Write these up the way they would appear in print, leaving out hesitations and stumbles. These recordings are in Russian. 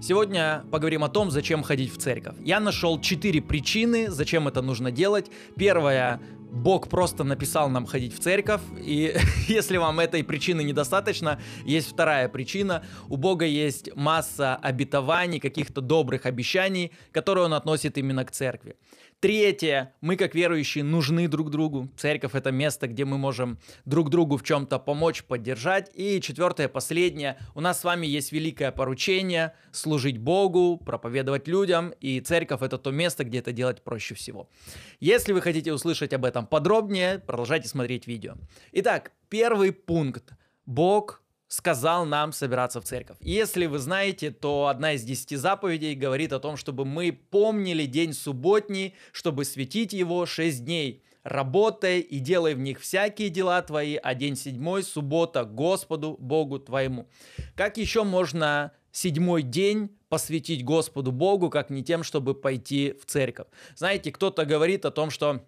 Сегодня поговорим о том, зачем ходить в церковь. Я нашел 4 причины, зачем это нужно делать. Первая: Бог просто написал нам ходить в церковь, и если вам этой причины недостаточно, есть вторая причина. У Бога есть масса обетований, каких-то добрых обещаний, которые Он относит именно к церкви. Третье: мы, как верующие, нужны друг другу. Церковь — это место, где мы можем друг другу в чем-то помочь, поддержать. И четвертое, последнее: у нас с вами есть великое поручение — служить Богу, проповедовать людям, и церковь — это то место, где это делать проще всего. Если вы хотите услышать об этом подробнее, продолжайте смотреть видео. Итак, первый пункт. Бог сказал нам собираться в церковь. Если вы знаете, то одна из 10 заповедей говорит о том, чтобы мы помнили день субботний, чтобы светить его 6 дней. Работай и делай в них всякие дела твои, а день 7 суббота Господу Богу твоему. Как еще можно 7-й день посвятить Господу Богу, как не тем, чтобы пойти в церковь? Знаете, кто-то говорит о том, что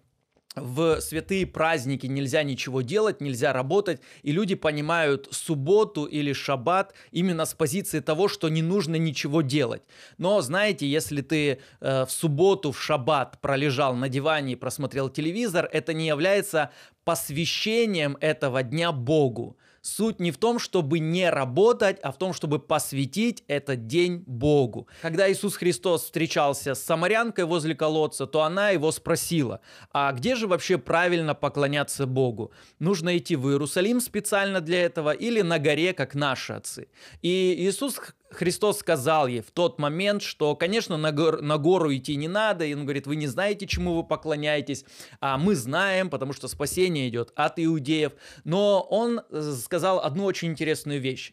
в святые праздники нельзя ничего делать, нельзя работать, и люди понимают субботу или шаббат именно с позиции того, что не нужно ничего делать. Но знаете, если ты в субботу, в шаббат пролежал на диване и просмотрел телевизор, это не является посвящением этого дня Богу. Суть не в том, чтобы не работать, а в том, чтобы посвятить этот день Богу. Когда Иисус Христос встречался с самарянкой возле колодца, то она его спросила: а где же вообще правильно поклоняться Богу? Нужно идти в Иерусалим специально для этого или на горе, как наши отцы? И Иисус Христос сказал ей в тот момент, что, конечно, на гору идти не надо. И он говорит: вы не знаете, чему вы поклоняетесь, а мы знаем, потому что спасение идет от иудеев. Но он сказал одну очень интересную вещь.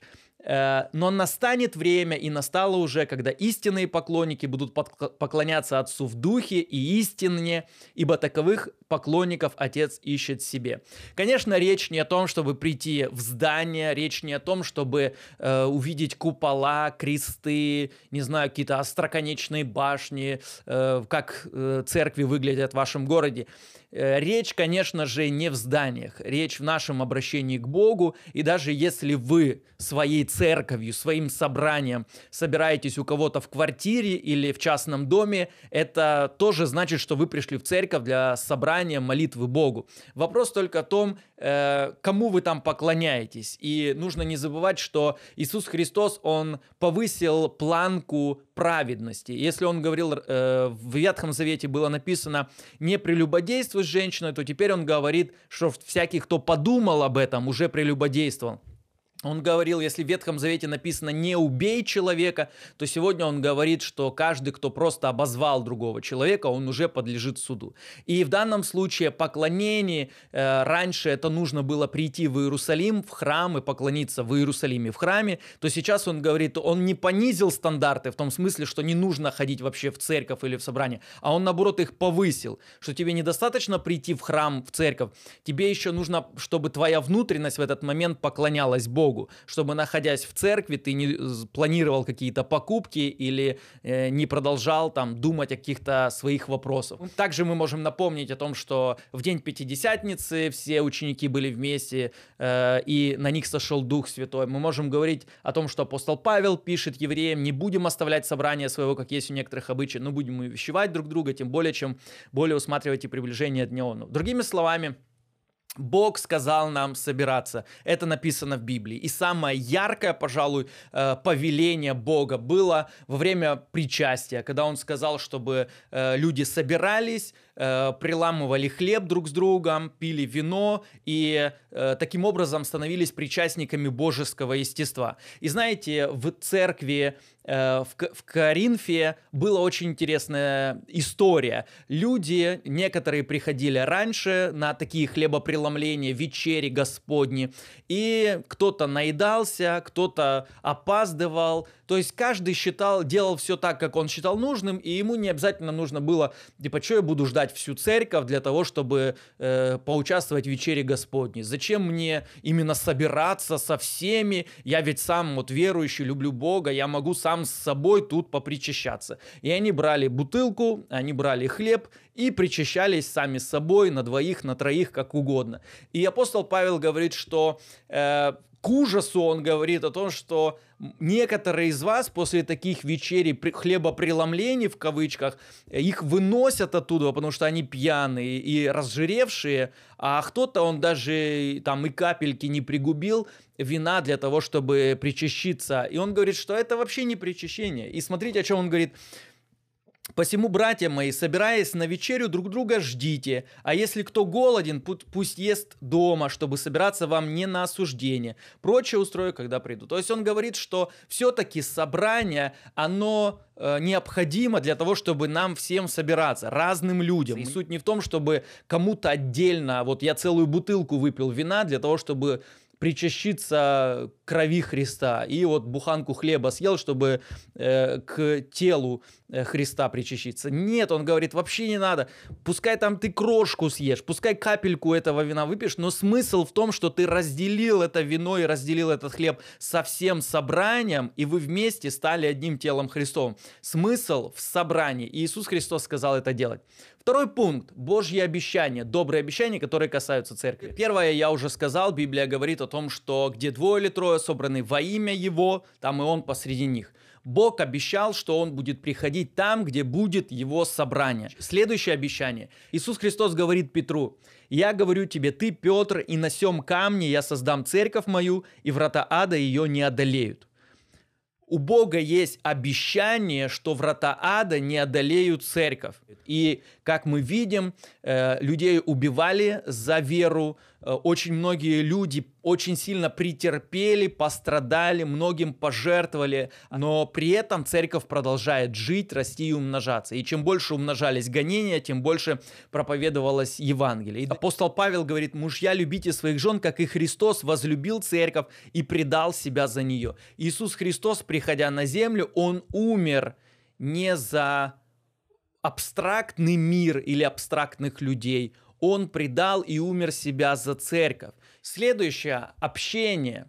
Но настанет время, и настало уже, когда истинные поклонники будут поклоняться Отцу в духе и истине, ибо таковых поклонников Отец ищет себе. Конечно, речь не о том, чтобы прийти в здание, речь не о том, чтобы увидеть купола, кресты, не знаю, какие-то остроконечные башни, как церкви выглядят в вашем городе. Речь, конечно же, не в зданиях, речь в нашем обращении к Богу, и даже если вы своей церковью, своим собранием собираетесь у кого-то в квартире или в частном доме, это тоже значит, что вы пришли в церковь для собрания молитвы Богу. Вопрос только о том, кому вы там поклоняетесь. И нужно не забывать, что Иисус Христос, Он повысил планку праведности. Если Он говорил, в Ветхом Завете было написано «не прелюбодействуй с женщиной», то теперь Он говорит, что всякий, кто подумал об этом, уже прелюбодействовал. Он говорил, если в Ветхом Завете написано «не убей человека», то сегодня он говорит, что каждый, кто просто обозвал другого человека, он уже подлежит суду. И в данном случае поклонение, раньше это нужно было прийти в Иерусалим, в храм и поклониться в Иерусалиме, в храме, то сейчас он говорит, он не понизил стандарты в том смысле, что не нужно ходить вообще в церковь или в собрание, а он, наоборот, их повысил, что тебе недостаточно прийти в храм, в церковь, тебе еще нужно, чтобы твоя внутренность в этот момент поклонялась Богу. Чтобы, находясь в церкви, ты не планировал какие-то покупки или не продолжал там думать о каких-то своих вопросах. Также мы можем напомнить о том, что в день Пятидесятницы все ученики были вместе, и на них сошел Дух Святой. Мы можем говорить о том, что апостол Павел пишет евреям: не будем оставлять собрание своего, как есть у некоторых обычай, но будем увещевать друг друга, тем более, чем более усматривать и приближение дня Онного. Другими словами, Бог сказал нам собираться. Это написано в Библии. И самое яркое, пожалуй, повеление Бога было во время причастия, когда Он сказал, чтобы люди собирались, приламывали хлеб друг с другом, пили вино и таким образом становились причастниками божеского естества. И знаете, в церкви в Коринфе была очень интересная история. Люди, некоторые приходили раньше на такие хлебопреломления, вечери Господни, и кто-то наедался, кто-то опаздывал. То есть каждый делал все так, как он считал нужным, и ему не обязательно нужно было, типа, что я буду ждать всю церковь для того, чтобы поучаствовать в вечере Господней? Зачем мне именно собираться со всеми? Я ведь сам вот верующий, люблю Бога, я могу сам с собой тут попричащаться. И они брали бутылку, они брали хлеб и причащались сами с собой на двоих, на троих, как угодно. И апостол Павел говорит, что К ужасу он говорит о том, что некоторые из вас после таких вечерей, хлебопреломлений в кавычках, их выносят оттуда, потому что они пьяные и разжиревшие, а кто-то, он даже там и капельки не пригубил вина для того, чтобы причащиться. И он говорит, что это вообще не причащение. И смотрите, о чем он говорит. «Посему, братья мои, собираясь на вечерю, друг друга ждите, а если кто голоден, пусть ест дома, чтобы собираться вам не на осуждение. Прочее устрою, когда приду». То есть он говорит, что все-таки собрание, оно необходимо для того, чтобы нам всем собираться, разным людям. И суть не в том, чтобы кому-то отдельно, вот я целую бутылку выпил вина для того, чтобы причащиться к крови Христа, и вот буханку хлеба съел, чтобы к телу Христа причащиться. Нет, он говорит, вообще не надо. Пускай там ты крошку съешь, пускай капельку этого вина выпьешь, но смысл в том, что ты разделил это вино и разделил этот хлеб со всем собранием, и вы вместе стали одним телом Христовым. Смысл в собрании. И Иисус Христос сказал это делать. Второй пункт. Божьи обещания, добрые обещания, которые касаются церкви. Первое, я уже сказал, Библия говорит о том, что где двое или трое собраны во имя Его, там и Он посреди них. Бог обещал, что Он будет приходить там, где будет Его собрание. Следующее обещание. Иисус Христос говорит Петру: «Я говорю тебе, ты, Петр, и на сем камне я создам церковь мою, и врата ада ее не одолеют». У Бога есть обещание, что врата ада не одолеют церковь. И, как мы видим, людей убивали за веру. Очень многие люди очень сильно претерпели, пострадали, многим пожертвовали. Но при этом церковь продолжает жить, расти и умножаться. И чем больше умножались гонения, тем больше проповедовалось Евангелие. И апостол Павел говорит: «Мужья, любите своих жен, как и Христос возлюбил церковь и предал себя за нее». Иисус Христос, приходя на землю, Он умер не за абстрактный мир или абстрактных людей. Он предал и умер себя за церковь. Следующее – общение.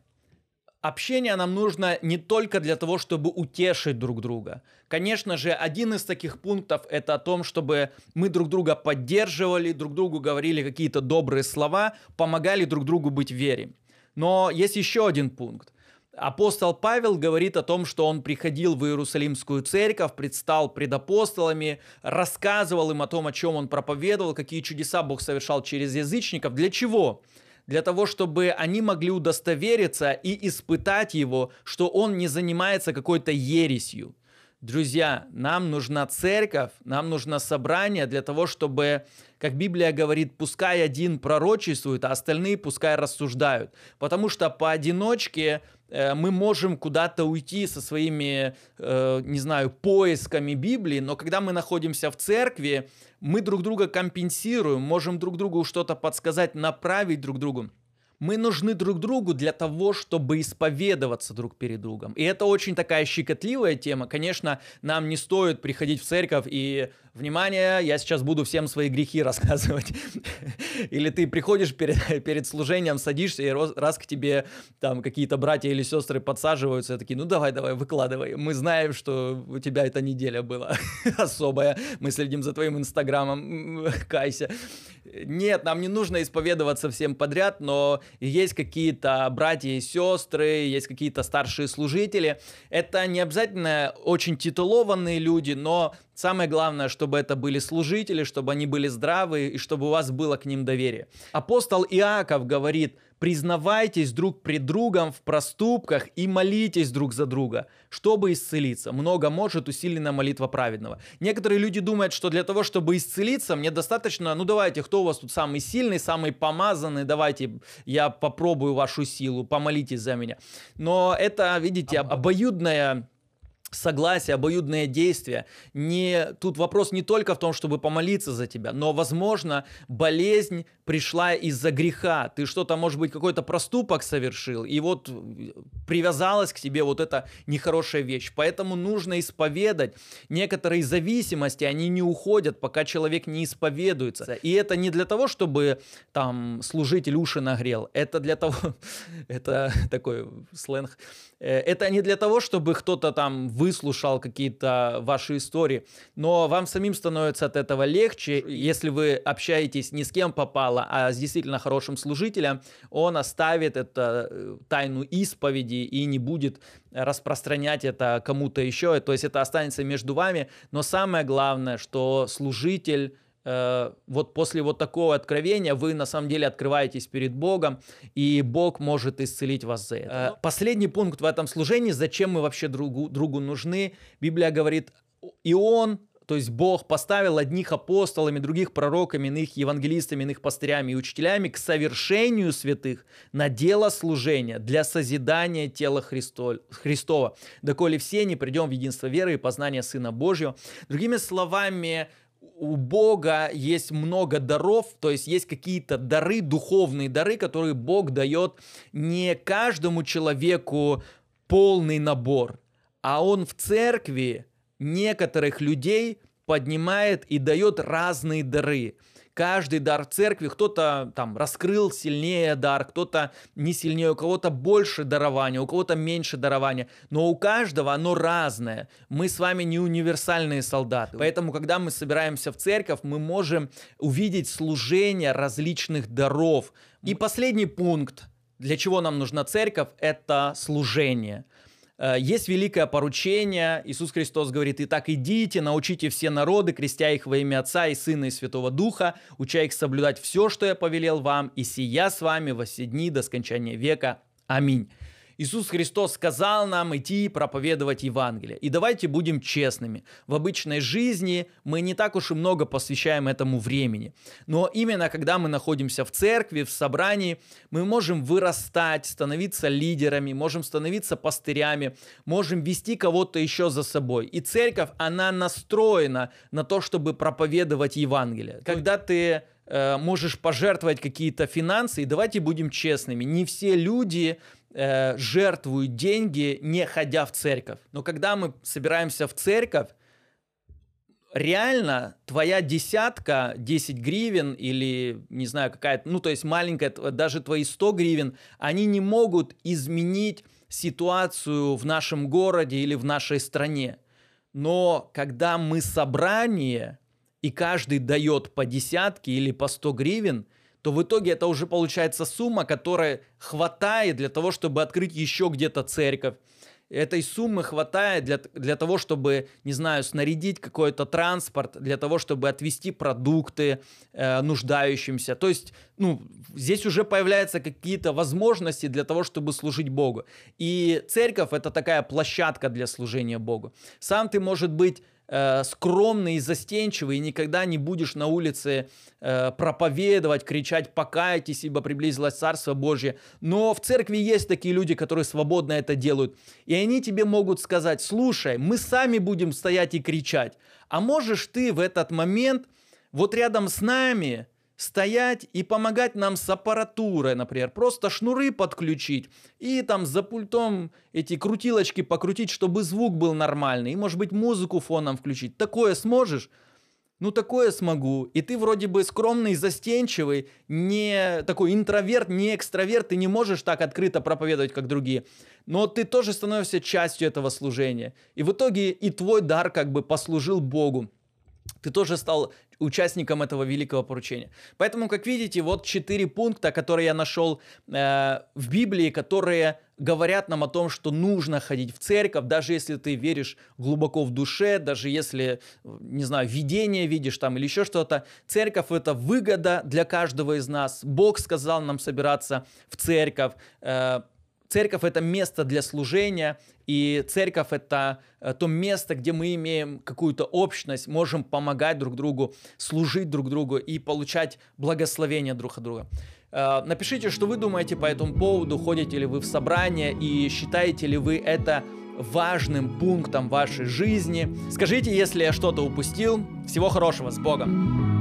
Общение нам нужно не только для того, чтобы утешить друг друга. Конечно же, один из таких пунктов – это о том, чтобы мы друг друга поддерживали, друг другу говорили какие-то добрые слова, помогали друг другу быть в вере. Но есть еще один пункт. Апостол Павел говорит о том, что он приходил в Иерусалимскую церковь, предстал пред апостолами, рассказывал им о том, о чем он проповедовал, какие чудеса Бог совершал через язычников. Для чего? Для того, чтобы они могли удостовериться и испытать его, что он не занимается какой-то ересью. Друзья, нам нужна церковь, нам нужно собрание для того, чтобы, как Библия говорит, пускай один пророчествует, а остальные пускай рассуждают. Потому что поодиночке мы можем куда-то уйти со своими, не знаю, поисками Библии, но когда мы находимся в церкви, мы друг друга компенсируем, можем друг другу что-то подсказать, направить друг другу. Мы нужны друг другу для того, чтобы исповедоваться друг перед другом. И это очень такая щекотливая тема. Конечно, нам не стоит приходить в церковь и, внимание, я сейчас буду всем свои грехи рассказывать. Или ты приходишь перед служением, садишься, и раз к тебе там какие-то братья или сестры подсаживаются, и такие: ну давай, выкладывай. Мы знаем, что у тебя эта неделя была особая. Мы следим за твоим инстаграмом. Кайся. Нет, нам не нужно исповедоваться всем подряд, но есть какие-то братья и сестры, есть какие-то старшие служители. Это не обязательно очень титулованные люди, но самое главное, чтобы это были служители, чтобы они были здравые и чтобы у вас было к ним доверие. Апостол Иаков говорит: признавайтесь друг пред другом в проступках и молитесь друг за друга, чтобы исцелиться. Много может усиленная молитва праведного. Некоторые люди думают, что для того, чтобы исцелиться, мне достаточно, ну давайте, кто у вас тут самый сильный, самый помазанный, давайте я попробую вашу силу, помолитесь за меня. Но это, видите, обоюдное согласие, обоюдное действие. Тут вопрос не только в том, чтобы помолиться за тебя, но, возможно, болезнь пришла из-за греха. Ты что-то, может быть, какой-то проступок совершил, и вот привязалась к тебе вот эта нехорошая вещь. Поэтому нужно исповедать. Некоторые зависимости, они не уходят, пока человек не исповедуется. И это не для того, чтобы там служитель уши нагрел. Это для того, это такой сленг. Это не для того, чтобы кто-то там выслушал какие-то ваши истории, но вам самим становится от этого легче, если вы общаетесь не с кем попало, а с действительно хорошим служителем, он оставит это тайну исповеди и не будет распространять это кому-то еще, то есть это останется между вами, но самое главное, что служитель вот после вот такого откровения вы на самом деле открываетесь перед Богом, и Бог может исцелить вас за это. Последний пункт в этом служении, зачем мы вообще другу нужны. Библия говорит, и Он, то есть Бог, поставил одних апостолами, других пророками, иных евангелистами, иных пастырями и учителями к совершению святых на дело служения для созидания тела Христова, доколе все не придем в единство веры и познания Сына Божьего. Другими словами, у Бога есть много даров, то есть есть какие-то дары, духовные дары, которые Бог дает не каждому человеку полный набор, а Он в церкви некоторых людей поднимает и дает разные дары. Каждый дар в церкви, кто-то там раскрыл сильнее дар, кто-то не сильнее, у кого-то больше дарования, у кого-то меньше дарования, но у каждого оно разное. Мы с вами не универсальные солдаты, поэтому, когда мы собираемся в церковь, мы можем увидеть служение различных даров. И последний пункт, для чего нам нужна церковь, это служение. Есть великое поручение. Иисус Христос говорит: «Итак, идите, научите все народы, крестя их во имя Отца и Сына и Святого Духа, уча их соблюдать все, что я повелел вам, и сия с вами во все дни до скончания века. Аминь». Иисус Христос сказал нам идти проповедовать Евангелие. И давайте будем честными. В обычной жизни мы не так уж и много посвящаем этому времени. Но именно когда мы находимся в церкви, в собрании, мы можем вырастать, становиться лидерами, можем становиться пастырями, можем вести кого-то еще за собой. И церковь, она настроена на то, чтобы проповедовать Евангелие. Когда ты можешь пожертвовать какие-то финансы, и давайте будем честными, не все люди жертвуют деньги, не ходя в церковь. Но когда мы собираемся в церковь, реально твоя десятка, 10 гривен или, не знаю, какая-то, ну, то есть маленькая, даже твои 100 гривен, они не могут изменить ситуацию в нашем городе или в нашей стране. Но когда мы собрание, и каждый дает по десятке или по 100 гривен, то в итоге это уже получается сумма, которая хватает для того, чтобы открыть еще где-то церковь. Этой суммы хватает для того, чтобы, не знаю, снарядить какой-то транспорт, для того, чтобы отвезти продукты нуждающимся. То есть, ну, здесь уже появляются какие-то возможности для того, чтобы служить Богу. И церковь – это такая площадка для служения Богу. Сам ты, может быть, скромный и застенчивый, и никогда не будешь на улице проповедовать, кричать «покайтесь, ибо приблизилось Царство Божье». Но в церкви есть такие люди, которые свободно это делают. И они тебе могут сказать: слушай, мы сами будем стоять и кричать, а можешь ты в этот момент вот рядом с нами стоять и помогать нам с аппаратурой, например, просто шнуры подключить и там за пультом эти крутилочки покрутить, чтобы звук был нормальный, и, может быть, музыку фоном включить. Такое сможешь? Ну, такое смогу. И ты вроде бы скромный, застенчивый, не такой интроверт, не экстраверт, ты не можешь так открыто проповедовать, как другие. Но ты тоже становишься частью этого служения. И в итоге и твой дар как бы послужил Богу. Ты тоже стал участником этого великого поручения. Поэтому, как видите, вот 4 пункта, которые я нашел в Библии, которые говорят нам о том, что нужно ходить в церковь, даже если ты веришь глубоко в душе, даже если, не знаю, видение видишь там или еще что-то. Церковь – это выгода для каждого из нас. Бог сказал нам собираться в церковь. Церковь – это место для служения, и церковь – это то место, где мы имеем какую-то общность, можем помогать друг другу, служить друг другу и получать благословение друг от друга. Напишите, что вы думаете по этому поводу, ходите ли вы в собрание и считаете ли вы это важным пунктом вашей жизни. Скажите, если я что-то упустил. Всего хорошего, с Богом!